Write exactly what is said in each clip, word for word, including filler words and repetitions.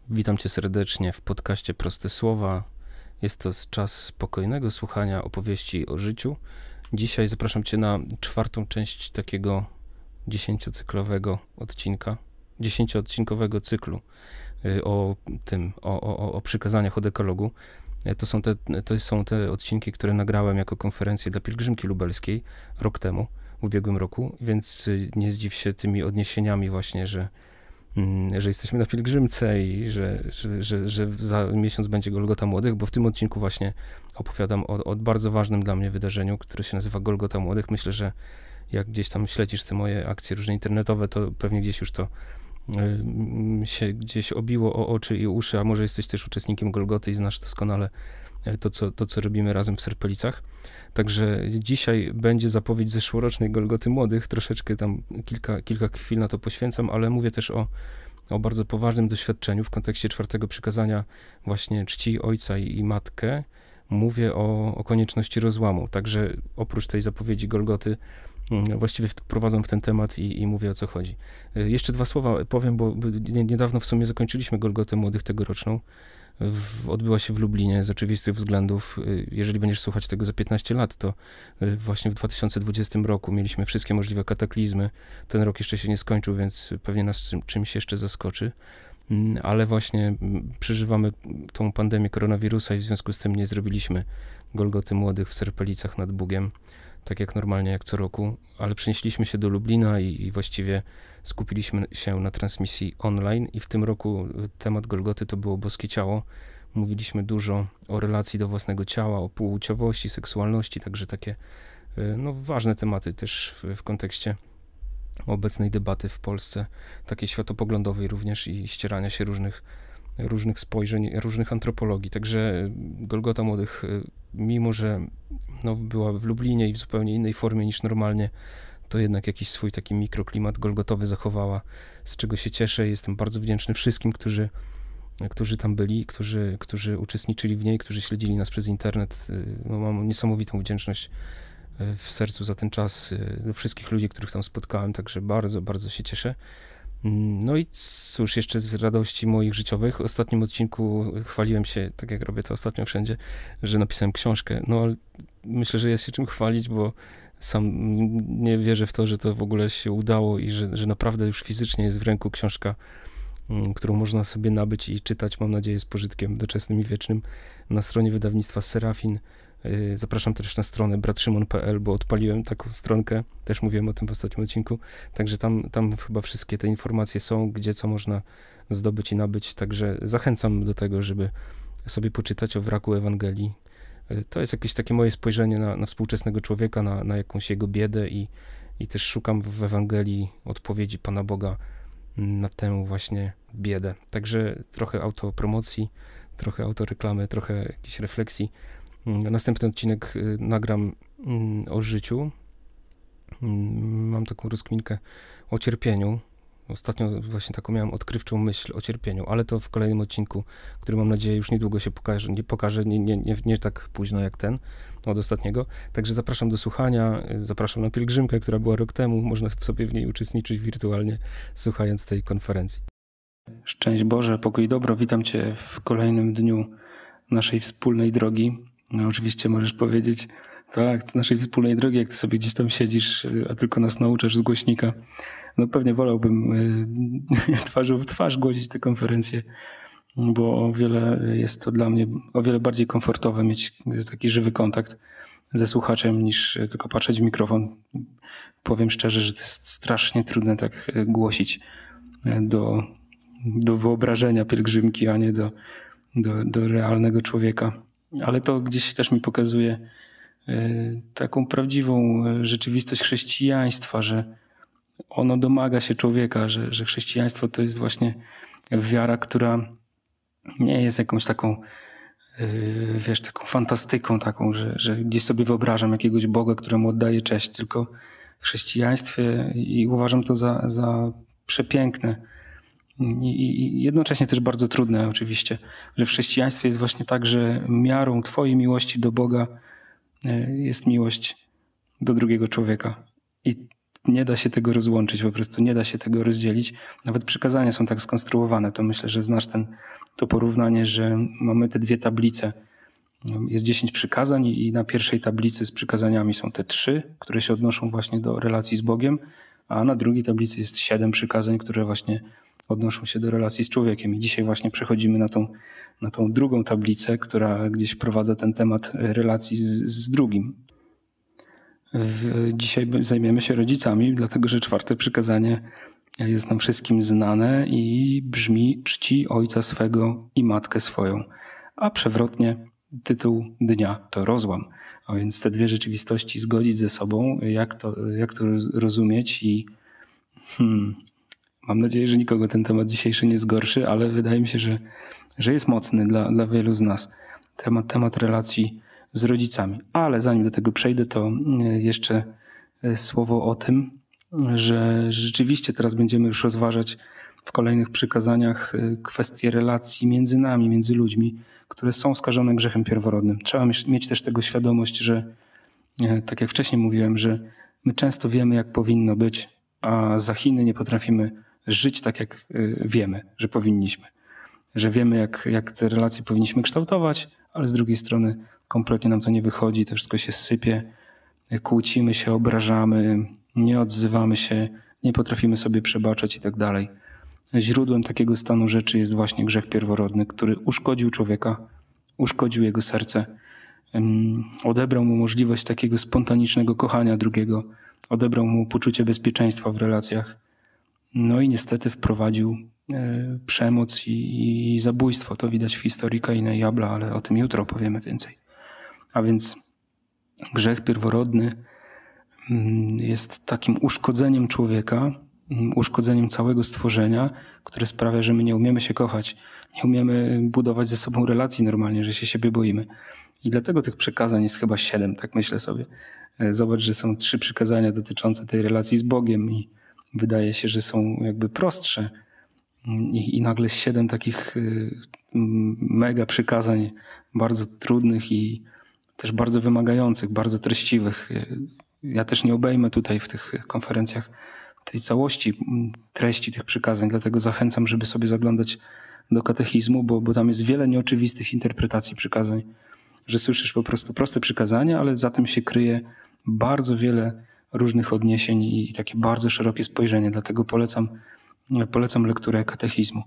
Witam cię serdecznie w podcaście Proste Słowa. Jest to czas spokojnego słuchania opowieści o życiu. Dzisiaj zapraszam cię na czwartą część takiego dziesięciocyklowego odcinka, dziesięcioodcinkowego cyklu o tym, o, o, o przykazaniach od ekologu. To są, te, to są te odcinki, które nagrałem jako konferencję dla pielgrzymki lubelskiej rok temu, w ubiegłym roku, więc nie zdziw się tymi odniesieniami właśnie, że że jesteśmy na pielgrzymce i że, że, że, że za miesiąc będzie Golgota Młodych, bo w tym odcinku właśnie opowiadam o, o bardzo ważnym dla mnie wydarzeniu, które się nazywa Golgota Młodych. Myślę, że jak gdzieś tam śledzisz te moje akcje różne internetowe, to pewnie gdzieś już to y, się gdzieś obiło o oczy i uszy, a może jesteś też uczestnikiem Golgoty i znasz doskonale to, co, to, co robimy razem w Serpelicach. Także dzisiaj będzie zapowiedź zeszłorocznej Golgoty Młodych, troszeczkę tam kilka, kilka chwil na to poświęcam, ale mówię też o, o bardzo poważnym doświadczeniu w kontekście czwartego przykazania właśnie czci ojca i, i matkę. Mówię o, o konieczności rozłamu, także oprócz tej zapowiedzi Golgoty właściwie wprowadzam w ten temat i, i mówię, o co chodzi. Jeszcze dwa słowa powiem, bo niedawno w sumie zakończyliśmy Golgotę Młodych tegoroczną. W, odbyła się w Lublinie z oczywistych względów. Jeżeli będziesz słuchać tego za piętnaście lat, to właśnie w dwa tysiące dwudziestym roku mieliśmy wszystkie możliwe kataklizmy. Ten rok jeszcze się nie skończył, więc pewnie nas czym, czymś jeszcze zaskoczy. Ale właśnie przeżywamy tą pandemię koronawirusa i w związku z tym nie zrobiliśmy Golgoty Młodych w Serpelicach nad Bugiem, tak jak normalnie, jak co roku, ale przenieśliśmy się do Lublina i, i właściwie skupiliśmy się na transmisji online i w tym roku temat Golgoty to było boskie ciało. Mówiliśmy dużo o relacji do własnego ciała, o płciowości, seksualności, także takie no, ważne tematy też w, w kontekście obecnej debaty w Polsce, takiej światopoglądowej również i ścierania się różnych różnych spojrzeń, różnych antropologii. Także Golgota Młodych, mimo że no, była w Lublinie i w zupełnie innej formie niż normalnie, to jednak jakiś swój taki mikroklimat golgotowy zachowała, z czego się cieszę. Jestem bardzo wdzięczny wszystkim, którzy, którzy tam byli, którzy, którzy uczestniczyli w niej, którzy śledzili nas przez internet. No, mam niesamowitą wdzięczność w sercu za ten czas do wszystkich ludzi, których tam spotkałem, także bardzo, bardzo się cieszę. No i cóż, jeszcze z radości moich życiowych. W ostatnim odcinku chwaliłem się, tak jak robię to ostatnio wszędzie, że napisałem książkę. No ale myślę, że jest się czym chwalić, bo sam nie wierzę w to, że to w ogóle się udało i że, że naprawdę już fizycznie jest w ręku książka, którą można sobie nabyć i czytać, mam nadzieję, z pożytkiem doczesnym i wiecznym na stronie wydawnictwa Serafin. Zapraszam też na stronę brat szymon kropka p l, bo odpaliłem taką stronkę, też mówiłem o tym w ostatnim odcinku, także tam, tam chyba wszystkie te informacje są, gdzie co można zdobyć i nabyć, także zachęcam do tego, żeby sobie poczytać o wraku Ewangelii. To jest jakieś takie moje spojrzenie na, na współczesnego człowieka, na, na jakąś jego biedę i, i też szukam w Ewangelii odpowiedzi Pana Boga na tę właśnie biedę. Także trochę autopromocji, trochę autoreklamy, trochę jakiejś refleksji. Następny odcinek nagram o życiu. Mam taką rozkminkę o cierpieniu. Ostatnio właśnie taką miałem odkrywczą myśl o cierpieniu, ale to w kolejnym odcinku, który mam nadzieję już niedługo się pokaże, nie pokaże, nie, nie, nie, nie tak późno jak ten od ostatniego. Także zapraszam do słuchania, zapraszam na pielgrzymkę, która była rok temu. Można sobie w niej uczestniczyć wirtualnie, słuchając tej konferencji. Szczęść Boże, pokój i dobro. Witam Cię w kolejnym dniu naszej wspólnej drogi. No, oczywiście możesz powiedzieć, tak, z naszej wspólnej drogi, jak ty sobie gdzieś tam siedzisz, a tylko nas nauczasz z głośnika. No pewnie wolałbym y, twarzą w twarz głosić tę konferencję, bo o wiele jest to dla mnie o wiele bardziej komfortowe mieć taki żywy kontakt ze słuchaczem niż tylko patrzeć w mikrofon. Powiem szczerze, że to jest strasznie trudne tak głosić do, do wyobrażenia pielgrzymki, a nie do, do, do realnego człowieka. Ale to gdzieś też mi pokazuje taką prawdziwą rzeczywistość chrześcijaństwa, że ono domaga się człowieka, że, że chrześcijaństwo to jest właśnie wiara, która nie jest jakąś taką, wiesz, taką fantastyką taką, że, że gdzieś sobie wyobrażam jakiegoś Boga, któremu oddaję cześć, tylko w chrześcijaństwie i uważam to za, za przepiękne i, i jednocześnie też bardzo trudne oczywiście, że w chrześcijaństwie jest właśnie tak, że miarą twojej miłości do Boga jest miłość do drugiego człowieka. I nie da się tego rozłączyć, po prostu nie da się tego rozdzielić. Nawet przykazania są tak skonstruowane, to myślę, że znasz ten, to porównanie, że mamy te dwie tablice. Jest dziesięć przykazań i na pierwszej tablicy z przykazaniami są te trzy, które się odnoszą właśnie do relacji z Bogiem, a na drugiej tablicy jest siedem przykazań, które właśnie odnoszą się do relacji z człowiekiem. I dzisiaj właśnie przechodzimy na tą, na tą drugą tablicę, która gdzieś wprowadza ten temat relacji z, z drugim. W, dzisiaj zajmiemy się rodzicami, dlatego że czwarte przykazanie jest nam wszystkim znane i brzmi: czci ojca swego i matkę swoją. A przewrotnie tytuł dnia to rozłam. A więc te dwie rzeczywistości zgodzić ze sobą, jak to, jak to rozumieć i hmm, mam nadzieję, że nikogo ten temat dzisiejszy nie zgorszy, ale wydaje mi się, że, że jest mocny dla, dla wielu z nas. Temat, temat relacji z rodzicami. Ale zanim do tego przejdę, to jeszcze słowo o tym, że rzeczywiście teraz będziemy już rozważać w kolejnych przykazaniach kwestie relacji między nami, między ludźmi, które są skażone grzechem pierworodnym. Trzeba mieć też tego świadomość, że tak jak wcześniej mówiłem, że my często wiemy, jak powinno być, a za Chiny nie potrafimy żyć tak, jak wiemy, że powinniśmy. Że wiemy, jak, jak te relacje powinniśmy kształtować, ale z drugiej strony kompletnie nam to nie wychodzi, to wszystko się sypie, kłócimy się, obrażamy, nie odzywamy się, nie potrafimy sobie przebaczać i tak dalej. Źródłem takiego stanu rzeczy jest właśnie grzech pierworodny, który uszkodził człowieka, uszkodził jego serce, odebrał mu możliwość takiego spontanicznego kochania drugiego, odebrał mu poczucie bezpieczeństwa w relacjach, no i niestety wprowadził przemoc i, i zabójstwo. To widać w historii Kaina i Abla, ale o tym jutro powiemy więcej. A więc grzech pierworodny jest takim uszkodzeniem człowieka, uszkodzeniem całego stworzenia, które sprawia, że my nie umiemy się kochać, nie umiemy budować ze sobą relacji normalnie, że się siebie boimy. I dlatego tych przykazań jest chyba siedem, tak myślę sobie. Zobacz, że są trzy przykazania dotyczące tej relacji z Bogiem i wydaje się, że są jakby prostsze. I, i nagle siedem takich mega przykazań, bardzo trudnych i też bardzo wymagających, bardzo treściwych. Ja też nie obejmę tutaj w tych konferencjach tej całości treści tych przykazań, dlatego zachęcam, żeby sobie zaglądać do katechizmu, bo, bo tam jest wiele nieoczywistych interpretacji przykazań, że słyszysz po prostu proste przykazania, ale za tym się kryje bardzo wiele różnych odniesień i, i takie bardzo szerokie spojrzenie, dlatego polecam, polecam lekturę katechizmu.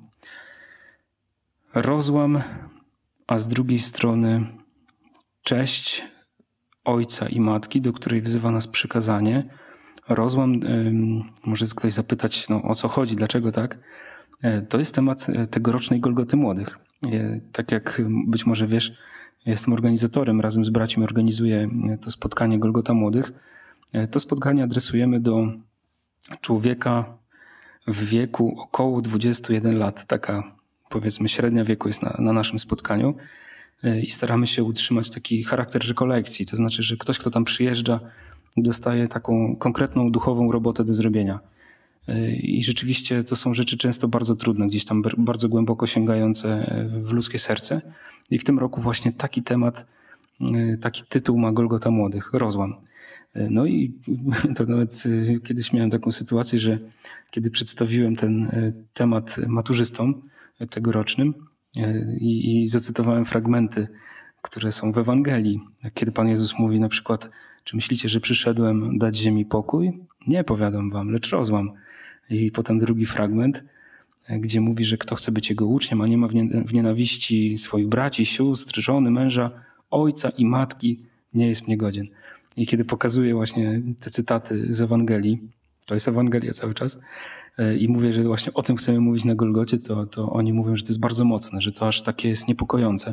Rozłam, a z drugiej strony cześć ojca i matki, do której wzywa nas przykazanie. Rozłam, może ktoś zapytać, no, o co chodzi, dlaczego tak? To jest temat tegorocznej Golgoty Młodych. Tak jak być może wiesz, jestem organizatorem, razem z braćmi organizuję to spotkanie Golgota Młodych. To spotkanie adresujemy do człowieka w wieku około dwudziestu jeden lat. Taka, powiedzmy, średnia wieku jest na, na naszym spotkaniu. I staramy się utrzymać taki charakter rekolekcji. To znaczy, że ktoś, kto tam przyjeżdża, dostaje taką konkretną duchową robotę do zrobienia. I rzeczywiście to są rzeczy często bardzo trudne, gdzieś tam bardzo głęboko sięgające w ludzkie serce. I w tym roku właśnie taki temat, taki tytuł ma Golgota Młodych, rozłam. No i to nawet kiedyś miałem taką sytuację, że kiedy przedstawiłem ten temat maturzystom tegorocznym i, i zacytowałem fragmenty, które są w Ewangelii, kiedy Pan Jezus mówi na przykład: czy myślicie, że przyszedłem dać ziemi pokój? Nie, powiadam wam, lecz rozłam. I potem drugi fragment, gdzie mówi, że kto chce być jego uczniem, a nie ma w nienawiści swoich braci, sióstr, żony, męża, ojca i matki, nie jest mnie godzien. I kiedy pokazuję właśnie te cytaty z Ewangelii, to jest Ewangelia cały czas, i mówię, że właśnie o tym chcemy mówić na Golgocie, to, to oni mówią, że to jest bardzo mocne, że to aż takie jest niepokojące.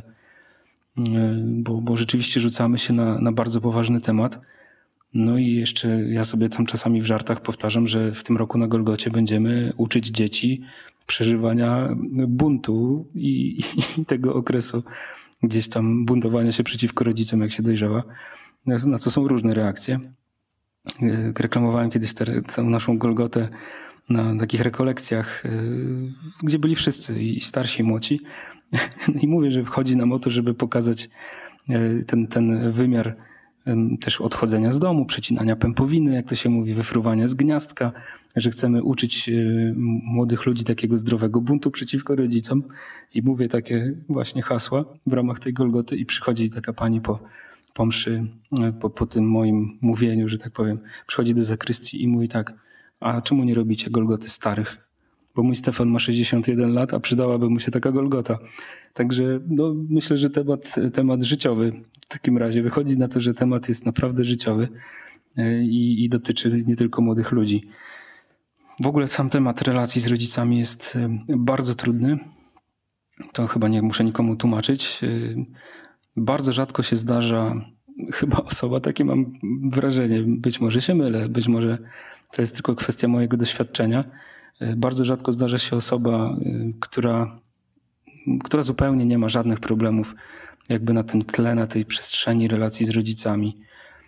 Bo, bo rzeczywiście rzucamy się na, na bardzo poważny temat. No i jeszcze ja sobie tam czasami w żartach powtarzam, że w tym roku na Golgocie będziemy uczyć dzieci przeżywania buntu i, i tego okresu gdzieś tam buntowania się przeciwko rodzicom, jak się dojrzewa, na co są różne reakcje. Reklamowałem kiedyś tę, tę naszą Golgotę na takich rekolekcjach, gdzie byli wszyscy, i starsi, i młodzi. I mówię, że chodzi nam o to, żeby pokazać ten, ten wymiar też odchodzenia z domu, przecinania pępowiny, jak to się mówi, wyfruwania z gniazdka, że chcemy uczyć młodych ludzi takiego zdrowego buntu przeciwko rodzicom i mówię takie właśnie hasła w ramach tej Golgoty i przychodzi taka pani po, po mszy, po, po tym moim mówieniu, że tak powiem, przychodzi do zakrystii i mówi tak: a czemu nie robicie Golgoty starych? Bo mój Stefan ma sześćdziesiąt jeden lat, a przydałaby mu się taka Golgota. Także no, myślę, że temat, temat życiowy w takim razie wychodzi na to, że temat jest naprawdę życiowy i, i dotyczy nie tylko młodych ludzi. W ogóle sam temat relacji z rodzicami jest bardzo trudny. To chyba nie muszę nikomu tłumaczyć. Bardzo rzadko się zdarza chyba osoba, takie mam wrażenie, być może się mylę, być może to jest tylko kwestia mojego doświadczenia. Bardzo rzadko zdarza się osoba, która, która zupełnie nie ma żadnych problemów jakby na tym tle, na tej przestrzeni relacji z rodzicami.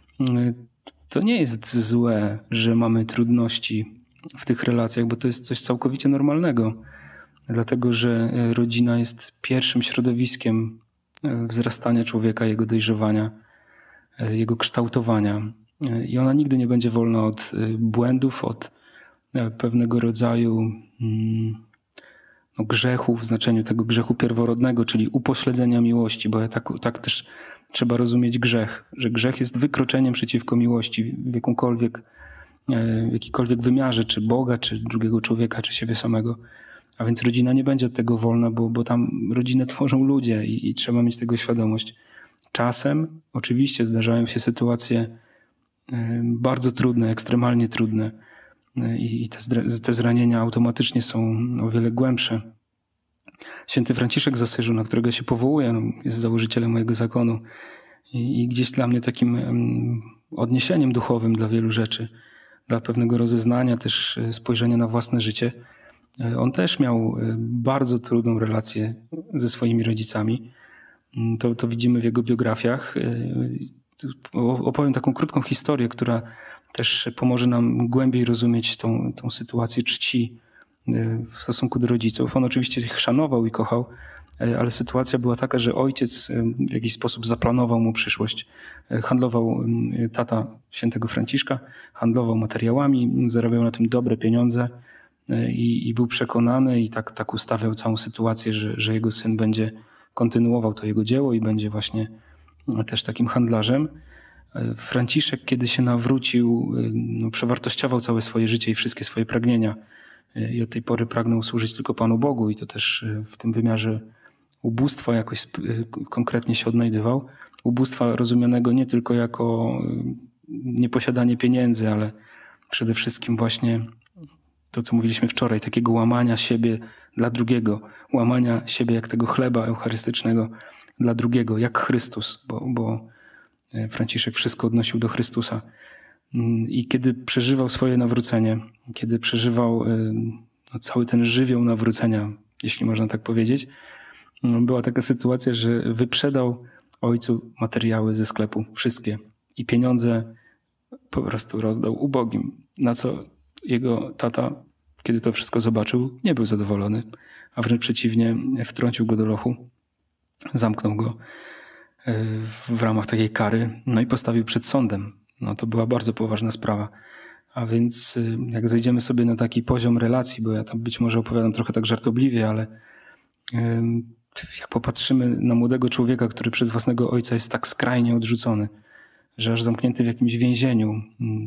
To nie jest złe, że mamy trudności w tych relacjach, bo to jest coś całkowicie normalnego. Dlatego, że rodzina jest pierwszym środowiskiem wzrastania człowieka, jego dojrzewania, jego kształtowania. I ona nigdy nie będzie wolna od błędów, od pewnego rodzaju no, grzechu w znaczeniu tego grzechu pierworodnego, czyli upośledzenia miłości, bo ja tak, tak też trzeba rozumieć grzech, że grzech jest wykroczeniem przeciwko miłości w jakąkolwiek, w jakikolwiek wymiarze, czy Boga, czy drugiego człowieka, czy siebie samego. A więc rodzina nie będzie od tego wolna, bo, bo tam rodzinę tworzą ludzie i, i trzeba mieć tego świadomość. Czasem oczywiście zdarzają się sytuacje bardzo trudne, ekstremalnie trudne i, i te, te zranienia automatycznie są o wiele głębsze. Święty Franciszek z Asyżu, na którego się powołuję, no, jest założycielem mojego zakonu i, i gdzieś dla mnie takim um, odniesieniem duchowym dla wielu rzeczy, dla pewnego rozeznania, też spojrzenia na własne życie. On też miał bardzo trudną relację ze swoimi rodzicami. To, to widzimy w jego biografiach. Opowiem taką krótką historię, która też pomoże nam głębiej rozumieć tą, tą sytuację czci w stosunku do rodziców. On oczywiście ich szanował i kochał, ale sytuacja była taka, że ojciec w jakiś sposób zaplanował mu przyszłość. Handlował, tata świętego Franciszka, handlował materiałami, zarabiał na tym dobre pieniądze i, i był przekonany i tak, tak ustawiał całą sytuację, że, że jego syn będzie kontynuował to jego dzieło i będzie właśnie też takim handlarzem. Franciszek, kiedy się nawrócił, no, przewartościował całe swoje życie i wszystkie swoje pragnienia i od tej pory pragnął służyć tylko Panu Bogu i to też w tym wymiarze ubóstwa jakoś konkretnie się odnajdywał. Ubóstwa rozumianego nie tylko jako nieposiadanie pieniędzy, ale przede wszystkim właśnie to, co mówiliśmy wczoraj, takiego łamania siebie dla drugiego, łamania siebie jak tego chleba eucharystycznego dla drugiego, jak Chrystus, bo, bo Franciszek wszystko odnosił do Chrystusa. I kiedy przeżywał swoje nawrócenie, kiedy przeżywał no, cały ten żywioł nawrócenia, jeśli można tak powiedzieć, no, była taka sytuacja, że wyprzedał ojcu materiały ze sklepu, wszystkie. I pieniądze po prostu rozdał ubogim, na co jego tata, kiedy to wszystko zobaczył, nie był zadowolony, a wręcz przeciwnie, wtrącił go do lochu, zamknął go w ramach takiej kary, no i postawił przed sądem. No to była bardzo poważna sprawa. A więc jak zejdziemy sobie na taki poziom relacji, bo ja to być może opowiadam trochę tak żartobliwie, ale jak popatrzymy na młodego człowieka, który przez własnego ojca jest tak skrajnie odrzucony, że aż zamknięty w jakimś więzieniu,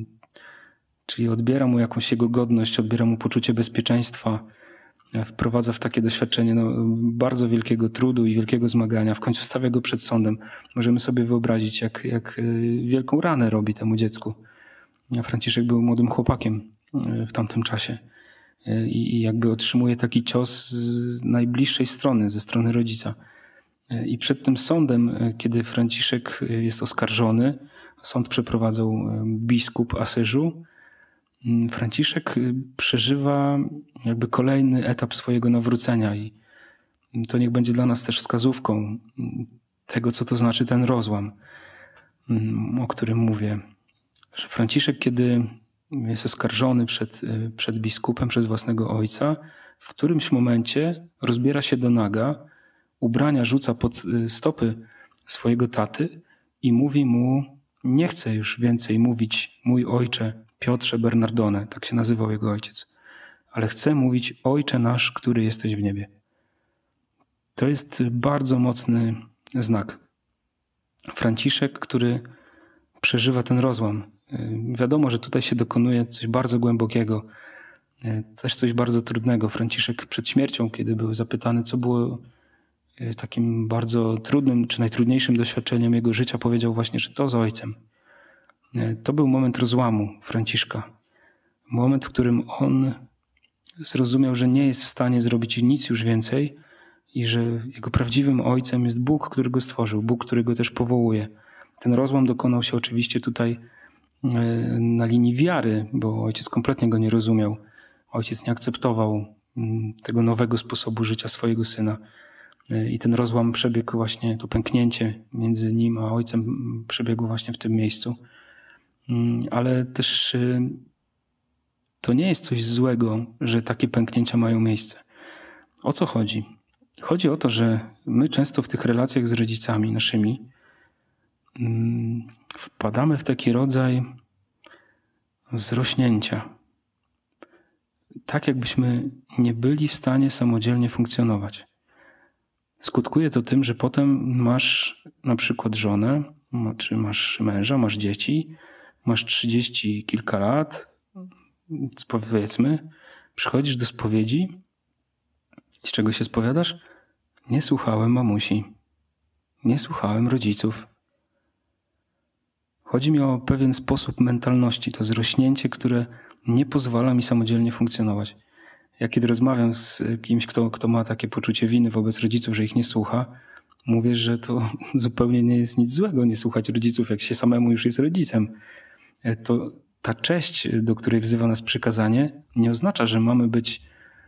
czyli odbiera mu jakąś jego godność, odbiera mu poczucie bezpieczeństwa, wprowadza w takie doświadczenie no, bardzo wielkiego trudu i wielkiego zmagania, w końcu stawia go przed sądem. Możemy sobie wyobrazić, jak, jak wielką ranę robi temu dziecku. Franciszek był młodym chłopakiem w tamtym czasie i, i jakby otrzymuje taki cios z najbliższej strony, ze strony rodzica. I przed tym sądem, kiedy Franciszek jest oskarżony, sąd przeprowadzał biskup Asyżu, Franciszek przeżywa jakby kolejny etap swojego nawrócenia i to niech będzie dla nas też wskazówką tego, co to znaczy ten rozłam, o którym mówię. Że Franciszek, kiedy jest oskarżony przed, przed biskupem przez własnego ojca, w którymś momencie rozbiera się do naga, ubrania rzuca pod stopy swojego taty i mówi mu nie chcę już więcej mówić mój ojcze Piotrze Bernardone, tak się nazywał jego ojciec, ale chcę mówić Ojcze nasz, który jesteś w niebie. To jest bardzo mocny znak. Franciszek, który przeżywa ten rozłam. Wiadomo, że tutaj się dokonuje coś bardzo głębokiego, też coś bardzo trudnego. Franciszek przed śmiercią, kiedy był zapytany, co było takim bardzo trudnym czy najtrudniejszym doświadczeniem jego życia, powiedział właśnie, że to z ojcem. To był moment rozłamu Franciszka. Moment, w którym on zrozumiał, że nie jest w stanie zrobić nic już więcej i że jego prawdziwym ojcem jest Bóg, który go stworzył, Bóg, który go też powołuje. Ten rozłam dokonał się oczywiście tutaj na linii wiary, bo ojciec kompletnie go nie rozumiał. Ojciec nie akceptował tego nowego sposobu życia swojego syna. I ten rozłam przebiegł właśnie, to pęknięcie między nim a ojcem przebiegło właśnie w tym miejscu. Ale też to nie jest coś złego, że takie pęknięcia mają miejsce. O co chodzi? Chodzi o to, że my często w tych relacjach z rodzicami naszymi wpadamy w taki rodzaj zrośnięcia. Tak jakbyśmy nie byli w stanie samodzielnie funkcjonować. Skutkuje to tym, że potem masz na przykład żonę, czy masz męża, masz dzieci, masz trzydzieści kilka lat, powiedzmy, przychodzisz do spowiedzi i z czego się spowiadasz? Nie słuchałem mamusi, nie słuchałem rodziców. Chodzi mi o pewien sposób mentalności, to zrośnięcie, które nie pozwala mi samodzielnie funkcjonować. Ja kiedy rozmawiam z kimś, kto, kto ma takie poczucie winy wobec rodziców, że ich nie słucha, mówię, że to zupełnie nie jest nic złego nie słuchać rodziców, jak się samemu już jest rodzicem. To ta cześć, do której wzywa nas przykazanie, nie oznacza, że mamy być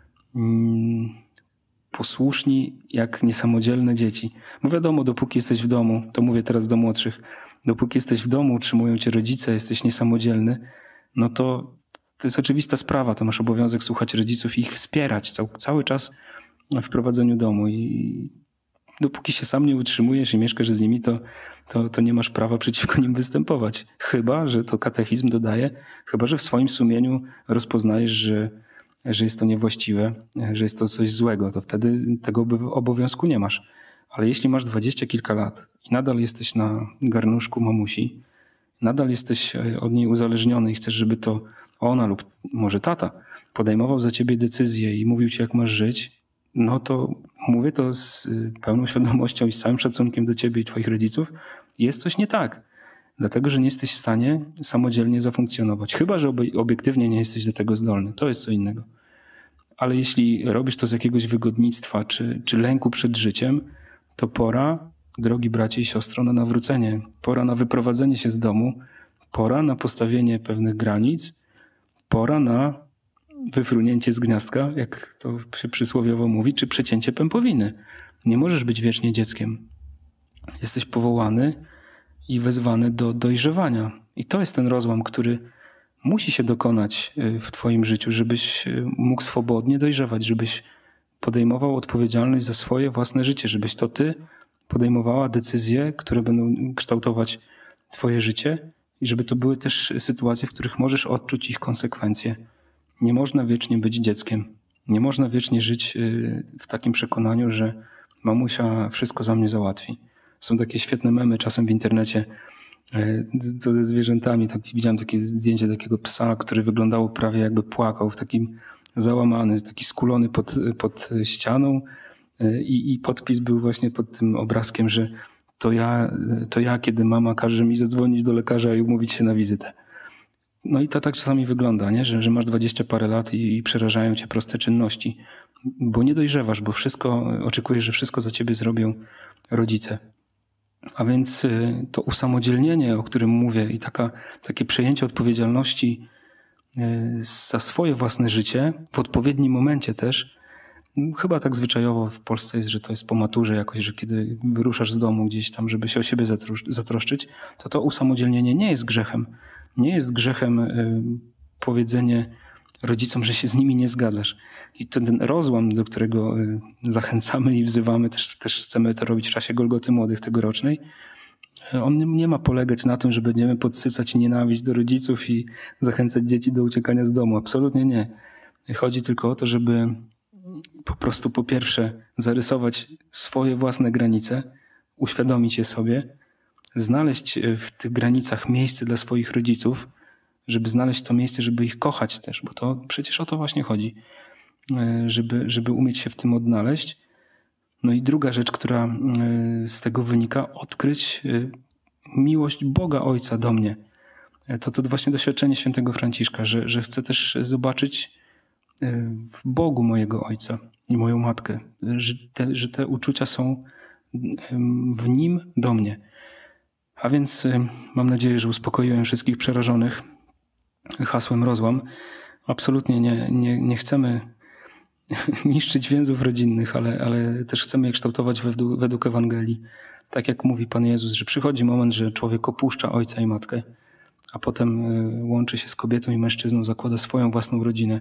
mm, posłuszni jak niesamodzielne dzieci. Bo wiadomo, dopóki jesteś w domu, to mówię teraz do młodszych, dopóki jesteś w domu, utrzymują cię rodzice, jesteś niesamodzielny, no to to jest oczywista sprawa, to masz obowiązek słuchać rodziców i ich wspierać cały, cały czas w prowadzeniu domu. I dopóki się sam nie utrzymujesz i mieszkasz z nimi, to, to, to nie masz prawa przeciwko nim występować. Chyba, że to katechizm dodaje, chyba, że w swoim sumieniu rozpoznajesz, że, że jest to niewłaściwe, że jest to coś złego, to wtedy tego obowiązku nie masz. Ale jeśli masz dwadzieścia kilka lat i nadal jesteś na garnuszku mamusi, nadal jesteś od niej uzależniony i chcesz, żeby to ona lub może tata podejmował za ciebie decyzje i mówił ci, jak masz żyć, no to mówię to z pełną świadomością i z całym szacunkiem do ciebie i twoich rodziców, jest coś nie tak. Dlatego, że nie jesteś w stanie samodzielnie zafunkcjonować. Chyba, że obiektywnie nie jesteś do tego zdolny. To jest co innego. Ale jeśli robisz to z jakiegoś wygodnictwa czy, czy lęku przed życiem, to pora, drogi bracie i siostro, na nawrócenie. Pora na wyprowadzenie się z domu. Pora na postawienie pewnych granic. Pora na wyfrunięcie z gniazdka, jak to się przysłowiowo mówi, czy przecięcie pępowiny. Nie możesz być wiecznie dzieckiem. Jesteś powołany i wezwany do dojrzewania. I to jest ten rozłam, który musi się dokonać w twoim życiu, żebyś mógł swobodnie dojrzewać, żebyś podejmował odpowiedzialność za swoje własne życie, żebyś to ty podejmowała decyzje, które będą kształtować twoje życie i żeby to były też sytuacje, w których możesz odczuć ich konsekwencje. Nie można wiecznie być dzieckiem. Nie można wiecznie żyć w takim przekonaniu, że mamusia wszystko za mnie załatwi. Są takie świetne memy czasem w internecie to ze zwierzętami. Tak, widziałem takie zdjęcie takiego psa, który wyglądało prawie jakby płakał, w takim załamany, taki skulony pod, pod ścianą i, i podpis był właśnie pod tym obrazkiem, że to ja, to ja, kiedy mama każe mi zadzwonić do lekarza i umówić się na wizytę. No i to tak czasami wygląda, nie? Że, że masz dwadzieścia parę lat i, i przerażają cię proste czynności, bo nie dojrzewasz, bo wszystko, oczekujesz, że wszystko za ciebie zrobią rodzice. A więc to usamodzielnienie, o którym mówię, i taka, takie przejęcie odpowiedzialności za swoje własne życie, w odpowiednim momencie też, chyba tak zwyczajowo w Polsce jest, że to jest po maturze jakoś, że kiedy wyruszasz z domu gdzieś tam, żeby się o siebie zatroszczyć, to to usamodzielnienie nie jest grzechem. Nie jest grzechem powiedzenie rodzicom, że się z nimi nie zgadzasz. I ten rozłam, do którego zachęcamy i wzywamy, też, też chcemy to robić w czasie Golgoty Młodych tegorocznej, On nie ma polegać na tym, że będziemy podsycać nienawiść do rodziców i zachęcać dzieci do uciekania z domu. Absolutnie nie. Chodzi tylko o to, żeby po prostu po pierwsze zarysować swoje własne granice, uświadomić je sobie, znaleźć w tych granicach miejsce dla swoich rodziców, żeby znaleźć to miejsce, żeby ich kochać też, bo to przecież o to właśnie chodzi, żeby, żeby umieć się w tym odnaleźć. No i druga rzecz, która z tego wynika, odkryć miłość Boga Ojca do mnie. To to właśnie doświadczenie świętego Franciszka, że, że chcę też zobaczyć w Bogu mojego Ojca i moją Matkę, że te, że te uczucia są w Nim do mnie. A więc mam nadzieję, że uspokoiłem wszystkich przerażonych hasłem rozłam. Absolutnie nie, nie, nie chcemy niszczyć więzów rodzinnych, ale, ale też chcemy je kształtować według, według Ewangelii. Tak jak mówi Pan Jezus, że przychodzi moment, że człowiek opuszcza ojca i matkę, a potem łączy się z kobietą i mężczyzną, zakłada swoją własną rodzinę.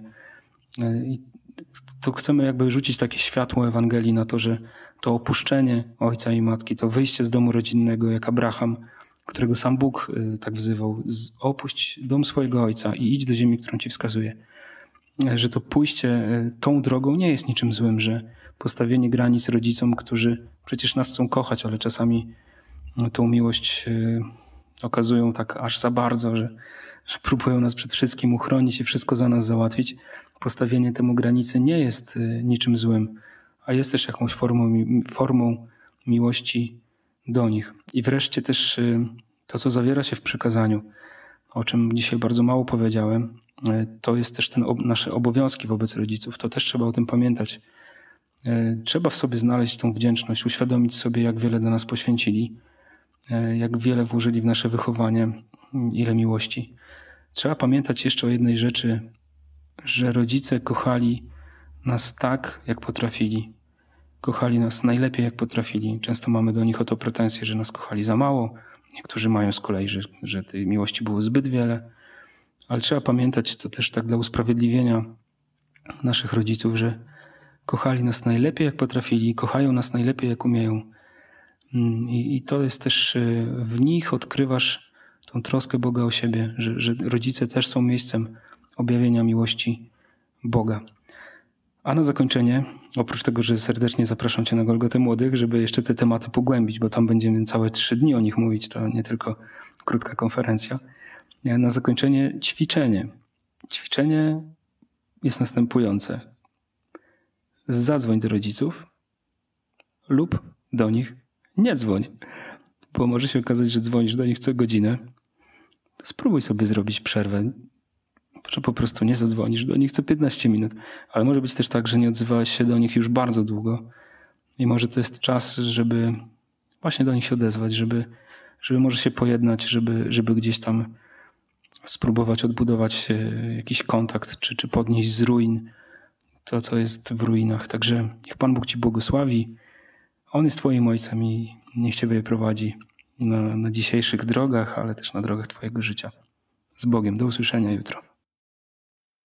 I to chcemy jakby rzucić takie światło Ewangelii na to, że to opuszczenie ojca i matki, to wyjście z domu rodzinnego jak Abraham, którego sam Bóg tak wzywał, opuść dom swojego ojca i idź do ziemi, którą ci wskazuje. Że to pójście tą drogą nie jest niczym złym, że postawienie granic rodzicom, którzy przecież nas chcą kochać, ale czasami tą miłość okazują tak aż za bardzo, że, że próbują nas przed wszystkim uchronić i wszystko za nas załatwić. Postawienie temu granicy nie jest niczym złym, a jest też jakąś formą, formą miłości do nich. I wreszcie też to, co zawiera się w przykazaniu, o czym dzisiaj bardzo mało powiedziałem, to jest też ten nasze obowiązki wobec rodziców. To też trzeba o tym pamiętać. Trzeba w sobie znaleźć tą wdzięczność, uświadomić sobie, jak wiele do nas poświęcili, jak wiele włożyli w nasze wychowanie, ile miłości. Trzeba pamiętać jeszcze o jednej rzeczy, że rodzice kochali nas tak, jak potrafili. Kochali nas najlepiej, jak potrafili. Często mamy do nich o to pretensje, że nas kochali za mało. Niektórzy mają z kolei, że, że tej miłości było zbyt wiele. Ale trzeba pamiętać, to też tak dla usprawiedliwienia naszych rodziców, że kochali nas najlepiej, jak potrafili, kochają nas najlepiej, jak umieją. I, i to jest też, w nich odkrywasz tą troskę Boga o siebie, że, że rodzice też są miejscem objawienia miłości Boga. A na zakończenie, oprócz tego, że serdecznie zapraszam Cię na Golgotę Młodych, żeby jeszcze te tematy pogłębić, bo tam będziemy całe trzy dni o nich mówić, to nie tylko krótka konferencja. Na zakończenie ćwiczenie. Ćwiczenie jest następujące. Zadzwoń do rodziców lub do nich nie dzwoń, bo może się okazać, że dzwonisz do nich co godzinę. To spróbuj sobie zrobić przerwę, że po prostu nie zadzwonisz do nich co piętnaście minut, ale może być też tak, że nie odzywałeś się do nich już bardzo długo i może to jest czas, żeby właśnie do nich się odezwać, żeby, żeby może się pojednać, żeby, żeby gdzieś tam spróbować odbudować jakiś kontakt, czy, czy podnieść z ruin to, co jest w ruinach. Także niech Pan Bóg Ci błogosławi. On jest Twoim Ojcem i niech Ciebie prowadzi na, na dzisiejszych drogach, ale też na drogach Twojego życia. Z Bogiem. Do usłyszenia jutro.